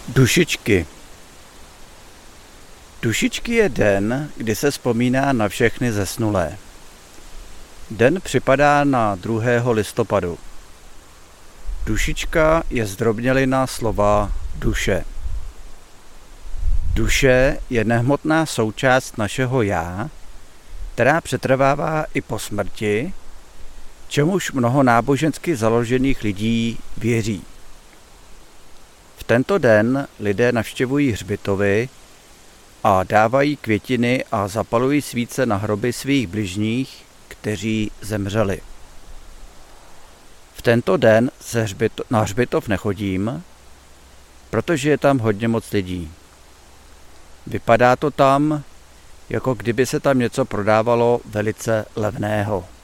Dušičky. Dušičky je den, kdy se vzpomíná na všechny zesnulé. Den připadá na 2. listopadu. Dušička je zdrobnělina slova duše. Duše je nehmotná součást našeho já, která přetrvává i po smrti, čemuž mnoho nábožensky založených lidí věří. V tento den lidé navštěvují hřbitovy a dávají květiny a zapalují svíce na hroby svých bližních, kteří zemřeli. V tento den na hřbitov nechodím, protože je tam hodně moc lidí. Vypadá to tam, jako kdyby se tam něco prodávalo velice levného.